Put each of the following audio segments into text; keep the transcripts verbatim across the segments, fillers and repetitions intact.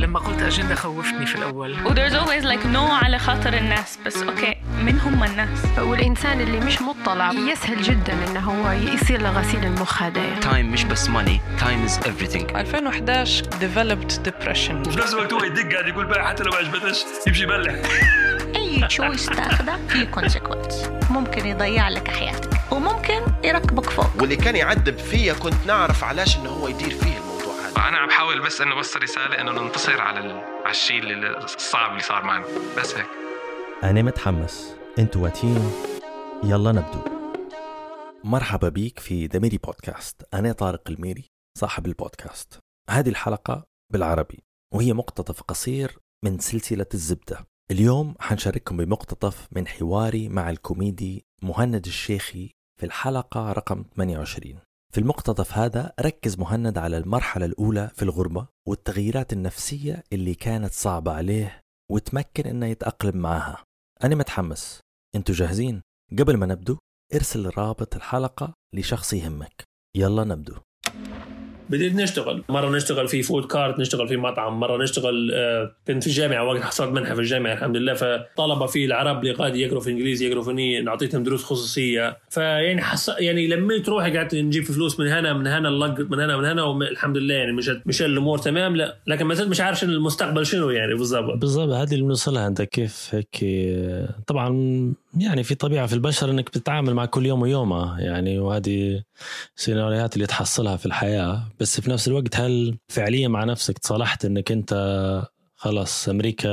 لما قلت أجندة خوفتني في الأول. و there's always like no على خاطر الناس، بس أوكي من هم الناس؟ والإنسان اللي مش مطلع يسهل جدا إنه هو يصير لغسيل المخ هذا. time مش بس money، time is everything. ألفين وإحدى عشر developed depression. وفي نفس الوقت هو يدق قاعد يقول بقى حتى لو ما عجبتش يمشي يبلح. أي تشويس تاخده فيه consequence، ممكن يضيع لك حياتك وممكن يركبك فوق. واللي كان يعذب فيا كنت نعرف علاش إنه هو يدير فيه الموضوع هذا. أنا عم بحاول بس إنه بس رسالة إنه ننتصر على ال... على الشيء اللي الصعب اللي صار معنا، بس هيك. أنا متحمس، أنتوا واتين، يلا نبدو. مرحبا بيك في دميري بودكاست. أنا طارق الميري صاحب البودكاست. هذه الحلقة بالعربي وهي مقتطف قصير من سلسلة الزبدة. اليوم حنشارككم بمقتطف من حواري مع الكوميدي مهند الشيخي في الحلقة رقم ثمانية وعشرين. في المقتطف هذا ركز مهند على المرحلة الأولى في الغربة والتغييرات النفسية اللي كانت صعبة عليه وتمكن إنه يتأقلم معها. أنا متحمس، أنتوا جاهزين؟ قبل ما نبدو ارسل رابط الحلقة لشخص يهمك. يلا نبدو. بديت نشتغل مرة، نشتغل في فود كارت، نشتغل في مطعم، مرة نشتغل آه كنت في الجامعة وقت حصلت منحة في الجامعة الحمد لله، فطلبة في العرب اللي قاعد يقروا في إنجليزي يقروا فيني نعطيتهم دروس خصوصية. فيعني حص يعني لميت روحي قاعد نجيب فلوس من هنا من هنا اللقط من هنا من هنا والحمد لله يعني مش مش الأمور تمام، لا لكن ما زلت مش عارف شنو المستقبل شنو يعني بالضبط. بالضبط هذه اللي بنوصلها أنت كيف هيك. طبعا يعني في طبيعة في البشر إنك بتتعامل مع كل يوم ويومه يعني، وهذه سيناريوهات اللي تحصلها في الحياة. بس في نفس الوقت هل فعليا مع نفسك تصالحت إنك أنت خلاص أمريكا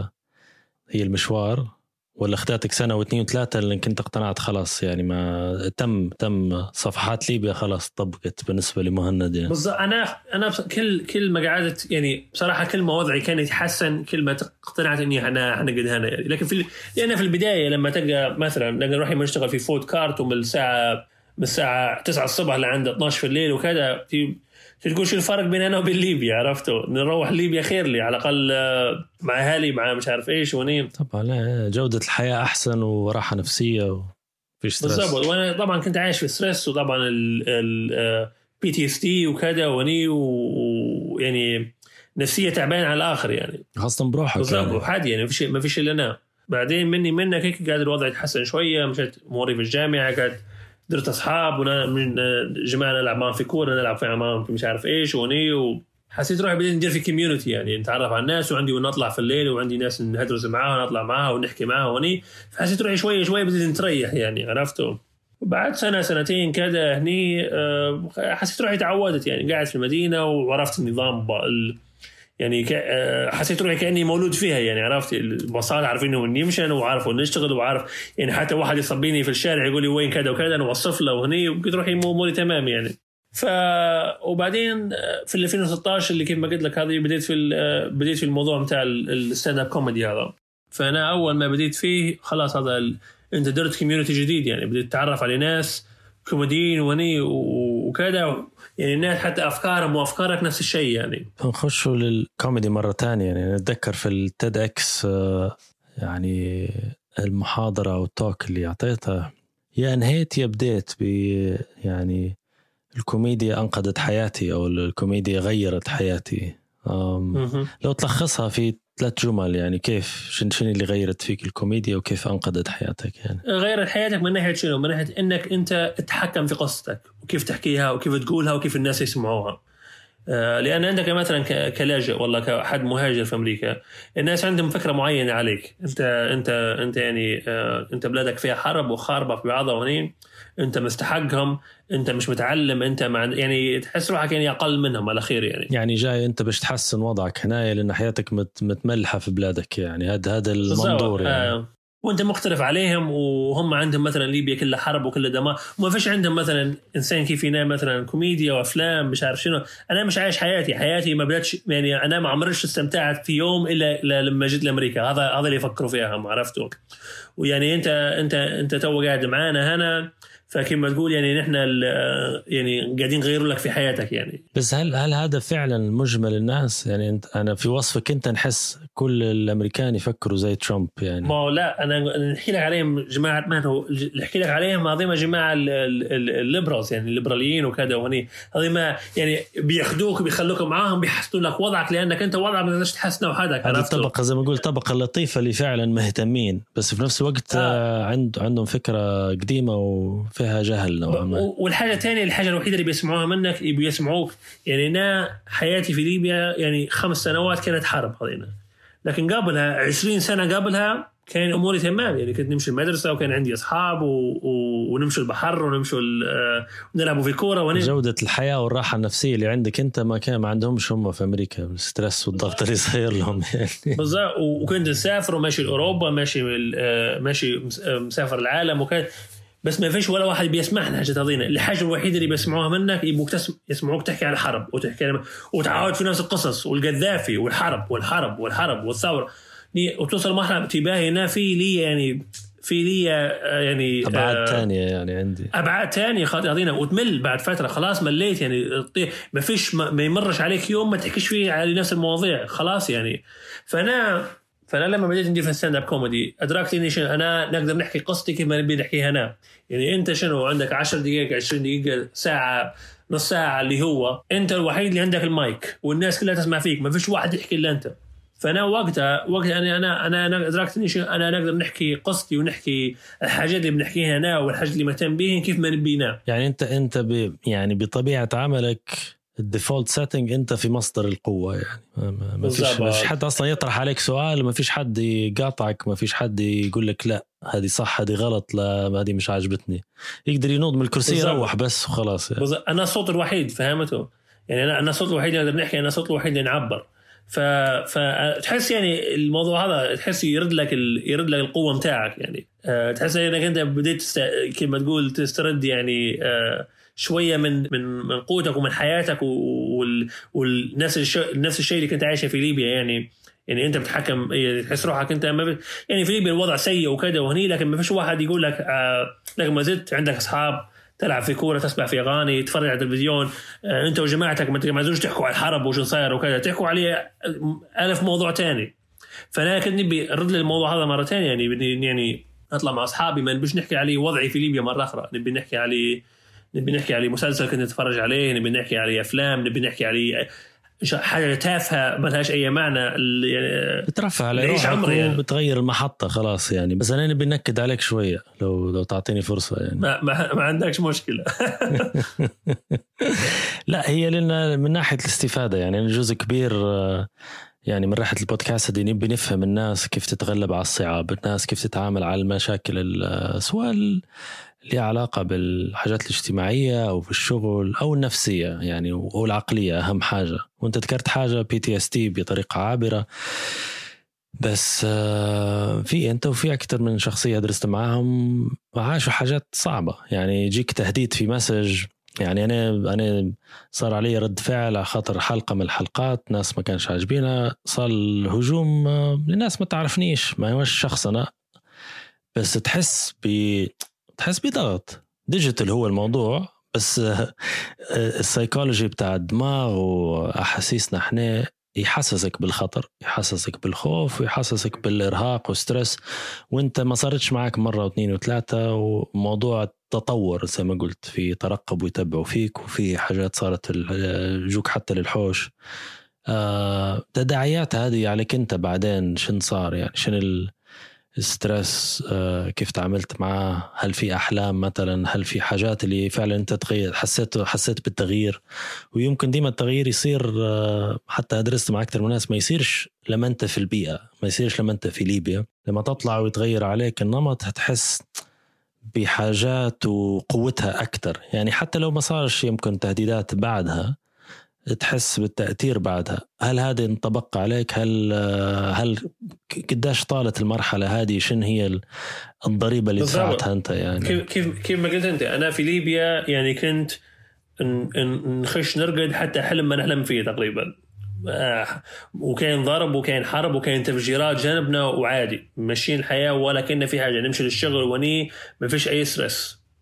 هي المشوار، ولا اخذتك سنة واثنين وثلاثة لأنك أنت اقتنعت خلاص يعني ما تم تم صفحات ليبيا خلاص طبقت بالنسبة لمهند يعني؟ بالضبط. أنا أنا كل كل ما قعدت يعني بصراحة كل ما وضعي كان يتحسن كل ما اقتنعت إني أنا أنا قد هنا يعني. لكن في لأن في البداية لما تلقى مثلا نقدر نروح نشتغل في فود كارت ومن الساعة من الساعة تسعة الصبح لعند اثناشر في الليل وكذا، في تقول شو الفرق بين أنا وبين ليبيا؟ عرفتوا نروح ليبيا خير لي على الأقل مع أهلي مع مش عارف إيش ونيم. طبعا لا جودة الحياة أحسن وراحة نفسية وفيش ستريس. بالضبط. وأنا طبعا كنت عايش في ستريس وطبعا ال بي تي اس تي وكذا وني ويعني نفسية تعبان على الآخر يعني خاصة بروحك. بالضبط يعني. وحد يعني ما فيش ما فيش إلا أنا. بعدين مني منك هيك قاعد الوضع يتحسن شوية، مشيت موري في الجامعة قاعد درت أصحاب ومن جماعة نلعب معهم في كورة نلعب في معهم في مش عارف إيش وني، وحسيت روحي بديت ندير في كوميونتي يعني نتعرف على الناس، وعندي ونطلع في الليل وعندي ناس ندرس معاها ونطلع معاها ونحكي معاها وني، فحسيت روحي شوية شوية بديت نتريح يعني عرفتوا. وبعد سنة سنتين كذا هني حسيت روحي تعودت يعني قاعد في المدينة وعرفت النظام يعني حسيت روحي كأني مولود فيها يعني عرفت البساطة عارفين إنه نمشي أنا وعارف ونشتغل وعارف يعني حتى واحد يصبيني في الشارع يقول لي وين كذا وكذا أنا أوصف له وهني وقلت روحي مولي تمام يعني. ف وبعدين في ألفين وستة عشر اللي كيف ما قلت لك هذه بديت في بديت في الموضوع متاع الستاند اب كوميدي هذا. فأنا أول ما بديت فيه خلاص هذا ال... أنت درت كوميونتي جديد يعني بديت تتعرف على ناس كوميديين وني وكذا يعني الناس حتى أفكارهم وأفكارك نفس الشيء يعني. نخشوا للكوميدي مرة تانية يعني نتذكر في التيد اكس يعني المحاضرة والتوك اللي أعطيتها يا انهيت يا بديت ب يعني الكوميديا أنقذت حياتي أو الكوميديا غيرت حياتي. لو تلخصها في ثلاث جمل يعني كيف شن شن اللي غيرت فيك الكوميديا وكيف أنقذت حياتك يعني؟ غيرت حياتك من ناحية شنو؟ من ناحية إنك أنت تتحكم في قصتك وكيف تحكيها وكيف تقولها وكيف الناس يسمعوها. آه لأن عندك مثلا كلاجئ والله كحد مهاجر في أمريكا الناس عندهم فكرة معينة عليك. أنت أنت أنت يعني آه أنت بلادك فيها حرب وخاربة في بعضها وهنين أنت مستحقهم، أنت مش متعلم، أنت مع يعني تحس روحك يعني أقل منهم على الأخير يعني. يعني جاي أنت باش تحسن وضعك هنا لأن حياتك مت متملحة في بلادك يعني هذا هذا المنظور يعني. آه. وانت مختلف عليهم وهم عندهم مثلا ليبيا كلها حرب وكلها دماء وما فيش عندهم مثلا انسان كيف ينام مثلا كوميديا وافلام مش عارف شنو. انا مش عايش حياتي حياتي ما بدتش يعني انا ما عمرش استمتعت في يوم الا لما جيت لامريكا. هذا هذا اللي يفكروا فيها ما عرفتوا. ويعني انت انت انت تو قاعد معانا هنا فكما تقول يعني نحن يعني قاعدين نغير لك في حياتك يعني. بس هل هل هذا فعلا مجمل الناس يعني؟ انت انا في وصفك انت نحس كل الامريكان يفكروا زي ترامب يعني. ما لا انا نحكي لك عليهم جماعه ما هو نحكي لك عليهم هذول جماعه الليبرالز يعني الليبراليين وكذا وهني هذول ما يعني بياخذوك بيخلوك معاهم بيحسنوا لك وضعك لانك انت وضعك ما تقدرش تحسنه وحدك. هذه الطبقه زي ما قلت طبقه لطيفه اللي فعلا مهتمين بس في نفس الوقت آه. عند عندهم فكره قديمه وفيها جهل نوعا ما. والحاجه الثانيه الحاجه الوحيده اللي بيسمعوها منك بيسمعوك يعني انا حياتي في ليبيا يعني خمس سنوات كانت حرب هذينا لكن قبلها عشرين سنه قبلها كان اموري تمام يعني كنت نمشي المدرسه وكان عندي اصحاب و... و... ونمشي البحر ونمشي ال... ونلعبوا في كوره ون... جوده الحياه والراحه النفسيه اللي عندك انت ما كان ما عندهمش هم في امريكا الستريس والضغط اللي صاير لهم يعني. بالضبط. وكنت نسافر وماشي لاوروبا ماشي ماشي مسافر العالم وكان بس ما فيش ولا واحد بيسمعنا حاجه هذينا. الحاجه الوحيده اللي بيسمعوها منك يبوك تسمع يسمعوك تحكي على الحرب وتحكي وتعاود في نفس القصص والقذافي والحرب والحرب والحرب والثوره وتوصل مرحله انتباهي هنا في لي يعني في لي يعني ابعاد ثانيه يعني عندي ابعاد ثانيه خاطئين وتمل بعد فتره خلاص مليت يعني ما فيش ما يمرش عليك يوم ما تحكيش فيه على نفس المواضيع خلاص يعني. فانا فانا لما بديت ندير في الستاند اب كوميدي ادركت اني شنو انا نقدر نحكي قصتي كيف ما نبي نحكيها انا يعني. انت شنو عندك عشر دقائق عشرين دقيقه ساعه نص ساعه اللي هو انت الوحيد اللي عندك المايك والناس كلها تسمع فيك ما فيش واحد يحكي الا انت. فانا وقتها وقت انا انا انا انا ادركت اني انا نقدر نحكي قصتي ونحكي الحاجات اللي بنحكيها هنا والحاجات اللي مهتم بيها كيف ما نبينا يعني. انت انت ب يعني بطبيعه عملك الديفولت سيتنج انت في مصدر القوه يعني ما, ما فيش ما فيش حد اصلا يطرح عليك سؤال ما فيش حد يقاطعك ما فيش حد يقول لك لا هذه صح هذه غلط لا هذه مش عاجبتني يقدر ينوض من الكرسي يروح بس وخلاص يعني. انا الصوت الوحيد فهمته يعني انا انا الصوت الوحيد اللي نقدر نحكي انا الصوت الوحيد اللي نعبر ف فتحس يعني الموضوع هذا تحس يرد لك ال... يرد لك القوه متاعك يعني. أه تحس انك انت بديت تست... كما تقول تسترد يعني أه شويه من من من قوتك ومن حياتك وال... والنفس الشيء نفس الشيء اللي كنت عايشه في ليبيا يعني. يعني انت بتحكم تحس روحك انت ما ب... يعني في ليبيا الوضع سيء وكذا وهني لكن ما فيش واحد يقول لك أه لكن ما زلت عندك اصحاب تلعب في كورة تسمع في أغاني تتفرج على التلفزيون آه، أنت وجماعتك ما تقدروش تحكوا على الحرب وش صاير وكذا تحكوا عليه ألف موضوع تاني. فأنا كنت نبي أرد للموضوع هذا مرة تانية يعني بدي يعني أطلع مع أصحابي ما نبيش نحكي عليه وضعي في ليبيا مرة أخرى نبي نحكي عليه نبي نحكي عليه مسلسل كنت أتفرج عليه نبي نحكي عليه أفلام نبي نحكي عليه حاجة تافهة ما لهاش أي معنى يعني بترفع على روحك يعني. بتغير المحطة خلاص يعني. بس أنا نبي نكد عليك شوية لو لو تعطيني فرصة يعني. ما, ما, ما عندكش مشكلة. لا هي لنا من ناحية الاستفادة يعني جزء كبير يعني من رحلة البودكاست دي نبي نفهم الناس كيف تتغلب على الصعاب الناس كيف تتعامل على المشاكل سواء اللي علاقة بالحاجات الاجتماعية أو في الشغل أو النفسية يعني والعقلية أهم حاجة. وأنت ذكرت حاجة بي تي اس تي بطريقة عابرة بس في أنت وفي أكثر من شخصية درست معاهم عاشوا حاجات صعبة يعني يجيك تهديد في مسج يعني أنا أنا صار علي رد فعل على خاطر حلقة من الحلقات ناس ما كانش عاجبينها صار هجوم لناس ما تعرفنيش ما هوش شخص أنا بس تحس ب تحس بضغط ديجيتال هو الموضوع بس السايكولوجي بتاع الدماغ وأحاسيسنا احنا يحسسك بالخطر يحسسك بالخوف ويحسسك بالإرهاق وسترس وانت ما صارتش معك مرة واثنين وثلاثة وموضوع تطور زي ما قلت في ترقب ويتبعوا فيك وفي حاجات صارت جوك حتى للحوش تداعيات هذه عليك انت بعدين شن صار يعني شن ال السترس آه، كيف تعاملت معه هل في أحلام مثلا هل في حاجات اللي فعلا أنت تغير حسيت حسيت بالتغيير ويمكن ديما التغيير يصير آه، حتى درست مع أكثر من ناس ما يصيرش لما أنت في البيئة ما يصيرش لما أنت في ليبيا لما تطلع ويتغير عليك النمط هتحس بحاجات وقوتها أكثر يعني حتى لو ما صارش يمكن تهديدات بعدها تحس بالتأثير بعدها. هل هذا انطبق عليك هل هل قداش طالت المرحلة هذه شن هي الضريبة اللي دفعتها أنت يعني كيف كيف كيف ما قلت أنت أنا في ليبيا يعني كنت نخش نرقد حتى حلم ما نحلم فيه تقريبا آه وكان ضرب وكان حرب وكان تفجيرات جنبنا وعادي ماشيين الحياة ولا كنا في حاجة نمشي للشغل وني ما فيش أي ستريس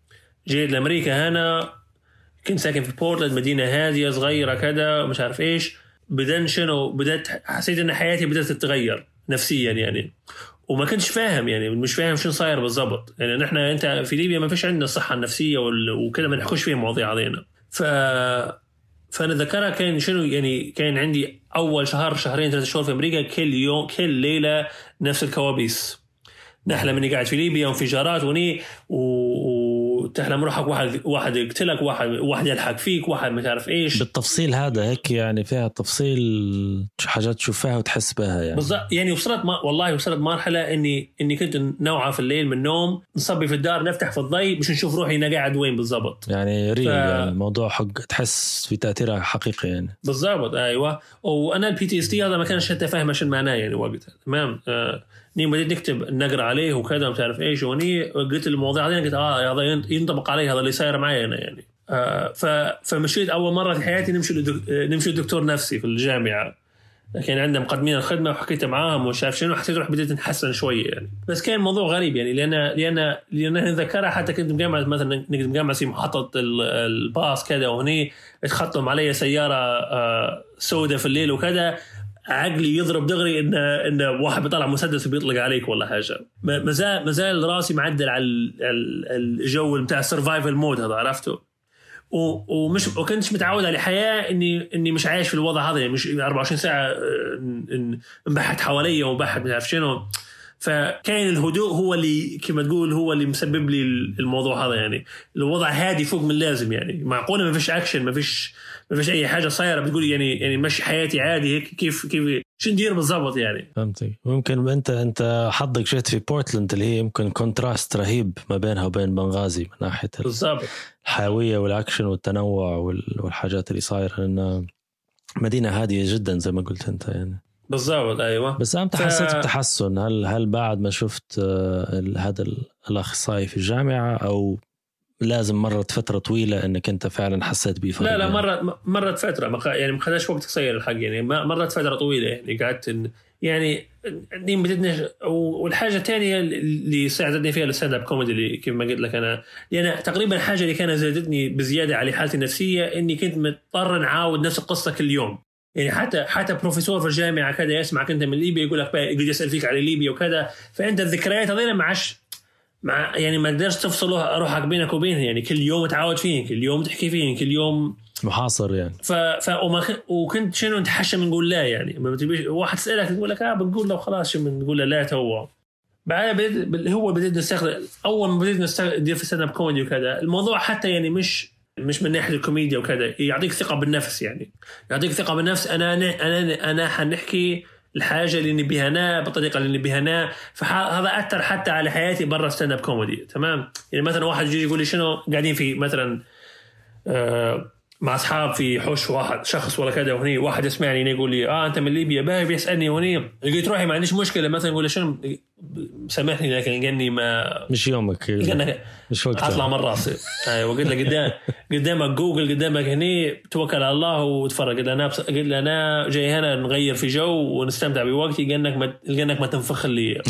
جيت لأمريكا هنا كنت ساكن في بورتلاند مدينة هادية صغيرة كده مش عارف إيش بدأت شنو بدأت حسيت إن حياتي بدأت تتغير نفسيا يعني وما كنتش فاهم يعني مش فاهم شو صاير بالضبط يعني نحن أنت في ليبيا ما فيش عندنا الصحة النفسية وكده ما نحكوش فيها مواضيع علينا ف فأنا ذكرها كان شنو يعني كان عندي أول شهر شهرين ثلاثة شهور في أمريكا كل يوم كل ليلة نفس الكوابيس نحلم إني قاعد في ليبيا وانفجارات وني وتحلم روحك واحد واحد يقتلك واحد واحد يلحق فيك واحد ما تعرف إيش بالتفصيل هذا هيك يعني فيها تفصيل حاجات تشوفها وتحس بها يعني بالضبط يعني وصلت ما والله وصلت مرحلة إني إني كنت نوعا في الليل من النوم نصبي في الدار نفتح في الضي مش نشوف روحي أنا قاعد وين بالضبط يعني ريل ف... يعني الموضوع حق تحس في تأثيرها حقيقي يعني بالضبط أيوة وأنا البي تي اس دي هذا ما كانش حتى فاهم ايش المعنى يعني وقتها تمام آه ني بديت نكتب نقرأ عليه وكذا ما تعرف ايش وني قلت المواضيع هذه قلت اه هذا ينطبق عليه هذا اللي صاير معي انا يعني آه ف فمشيت اول مره في حياتي نمشي لدك... نمشي لدكتور نفسي في الجامعه كان عندنا مقدمين الخدمه وحكيت معاهم وشاف شنو حسيت روح بديت نتحسن شويه يعني بس كان موضوع غريب يعني لان لان لان نذكرها حتى كنت مجمع مثلا نقدر مجمع في محطه الباص كذا وهني اتخطم علي سياره آه سوداء في الليل وكذا عقلي يضرب دغري ان ان واحد بيطلع مسدس وبيطلق عليك ولا حاجه مازال مازال راسي معدل على الجو بتاع السرفايفل مود هذا عرفته ومش وكنتش متعود على حياه اني اني مش عايش في الوضع هذا يعني مش أربعة وعشرين ساعه انبحث حواليا وبحث ما اعرف شنو فكان الهدوء هو اللي كما تقول هو اللي مسبب لي الموضوع هذا يعني الوضع هادي فوق من اللازم يعني معقوله ما فيش اكشن ما فيش ما فيش اي حاجه صايره بتقول يعني يعني ماشي حياتي عادي هيك كيف كيف شو ندير بالضبط يعني فهمتك ممكن انت انت حظك جيت في بورتلاند اللي هي يمكن كونتراست رهيب ما بينها وبين بنغازي من ناحيه بالضبط الحيويه والاكشن والتنوع والحاجات اللي صايره لان مدينه هاديه جدا زي ما قلت انت يعني بالضبط ايوه بس امتى ف... حسيت بتحسن هل هل بعد ما شفت هذا الاخصائي في الجامعه او لازم مرت فترة طويلة انك انت فعلا حسيت بيه لا لا مرة مرت فترة يعني ما خداش وقت قصير الحق يعني مرت فترة طويلة يعني قعدت يعني اني بديت والحاجة الثانية اللي ساعدتني فيها الستاند اب كوميدي اللي كيف ما قلت لك انا يعني تقريبا حاجة اللي كانت زادتني بزيادة على حالتي النفسية اني كنت مضطر نعاود نفس القصة كل يوم يعني حتى حتى بروفيسور في الجامعة كذا يسمعك انت من ليبيا يقول لك يجي يسأل فيك على ليبيا وكذا فانت الذكريات هذه ما عادش مع يعني ما تقدرش تفصل روحك بينك وبينه يعني كل يوم تعود فيه كل يوم تحكي فيه كل يوم محاصر يعني ف ف وما وكنت شنو نتحشم نقول لا يعني ما بتبيش واحد يسألك تقول لك اه بنقول له خلاص شو بنقول له لا تو بعد بدأ هو بديت نستخدم اول ما بديت نستخدم في ستاند اب كوميدي وكذا الموضوع حتى يعني مش مش من ناحيه الكوميديا وكذا يعطيك ثقه بالنفس يعني يعطيك ثقه بالنفس انا انا انا حنحكي الحاجة اللي نبيها أنا بالطريقة اللي نبيها أنا فهذا أثر حتى على حياتي برا ستاند اب كوميدي تمام يعني مثلا واحد يجي يقول لي شنو قاعدين في مثلا آه مع أصحاب في حوش واحد شخص ولا كذا وهني واحد يسمعني يقول لي آه أنت من ليبيا باهي بيسألني وهني قلت روحي ما عنديش مشكلة مثلا يقول لي شنو سامحني لكن قالني ما مش يومك مش وقت أطلع من راسي أيوة قلت له قدام قدامك جوجل قدامك هني توكل على الله وتفرج قلت أنا قلت له أنا جاي هنا نغير في جو ونستمتع بوقتي قالنك ما قالنك ما تنفخ لي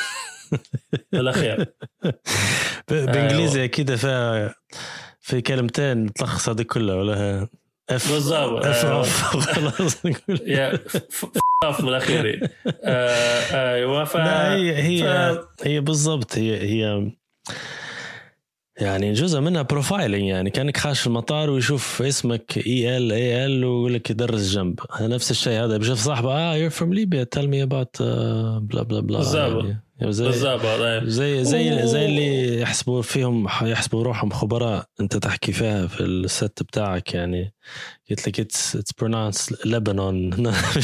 بالأخير بإنجليزي كده فيها في كلمتين تلخص هذه كلها ولا اف بالضبط اف اوف خلاص يا اف من الاخير ايوه ف هي هي هي بالضبط هي هي يعني جزء منها بروفايلينج يعني كانك خاش المطار ويشوف اسمك اي ال اي ال ويقول لك يدرس جنب نفس الشيء هذا بيشوف صاحبه اه you're from Libya tell me about بلا بلا بلا بالضبط زي زي زي زي اللي يحسبوا فيهم يحسبوا روحهم خبراء انت تحكي فيها في الست بتاعك يعني قلت لك it's it's pronounced Lebanon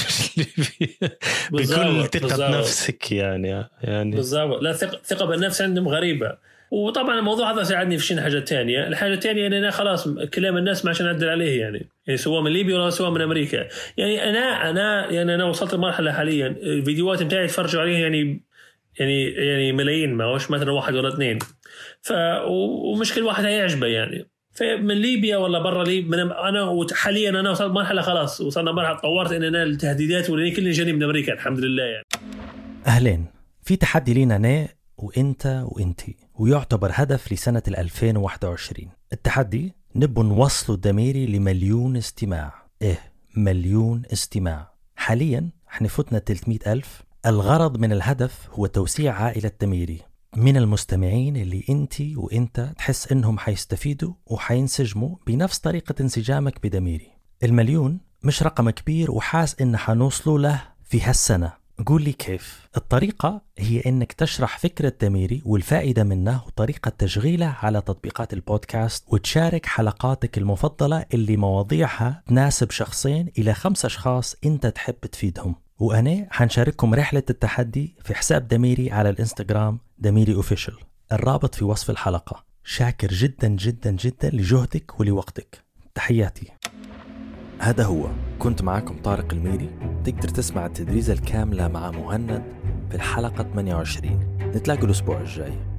بكل ثقة نفسك يعني يعني بالضبط لا ثقة ثقة بالنفس عندهم غريبة وطبعا الموضوع هذا ساعدني في شيء حاجة تانية الحاجة التانية أن أنا خلاص كلام الناس ما عشان أعدل عليه يعني يعني سواء من ليبيا ولا سواء من أمريكا يعني أنا أنا يعني أنا وصلت لمرحلة حاليا الفيديوهات بتاعي تفرجوا عليها يعني يعني يعني ملايين ما هوش مثلا واحد ولا اثنين ف ومش كل واحد هيعجبه يعني فمن ليبيا ولا برا ليبيا أنا وحاليا أنا وصلت مرحلة خلاص وصلنا مرحلة تطورت إن أنا التهديدات ولاني كل جانب من أمريكا الحمد لله يعني. أهلين في تحدي لينا أنا وإنت وإنتي ويعتبر هدف لسنة ألفين وواحد وعشرين. التحدي نبو نوصلوا الدميري لمليون استماع. إيه مليون استماع. حاليا احنا فتنا ثلاثمئة ألف. الغرض من الهدف هو توسيع عائلة دميري من المستمعين اللي انتي وانت تحس انهم حيستفيدوا وحينسجموا بنفس طريقة انسجامك بدميري. المليون مش رقم كبير وحاس ان حنوصلوا له في هالسنة. قول لي كيف؟ الطريقة هي انك تشرح فكرة دميري والفائدة منه وطريقة تشغيله على تطبيقات البودكاست، وتشارك حلقاتك المفضلة اللي مواضيعها تناسب شخصين إلى خمس أشخاص انت تحب تفيدهم. وأنا حنشارككم رحلة التحدي في حساب دميري على الانستغرام دميري اوفيشل، الرابط في وصف الحلقة. شاكر جدا جدا جدا لجهدك ولوقتك. تحياتي. هذا هو، كنت معكم طارق الميري. تقدر تسمع التدريزة الكاملة مع مهند في الحلقة ثمانية وعشرين. نتلاقوا الأسبوع الجاي.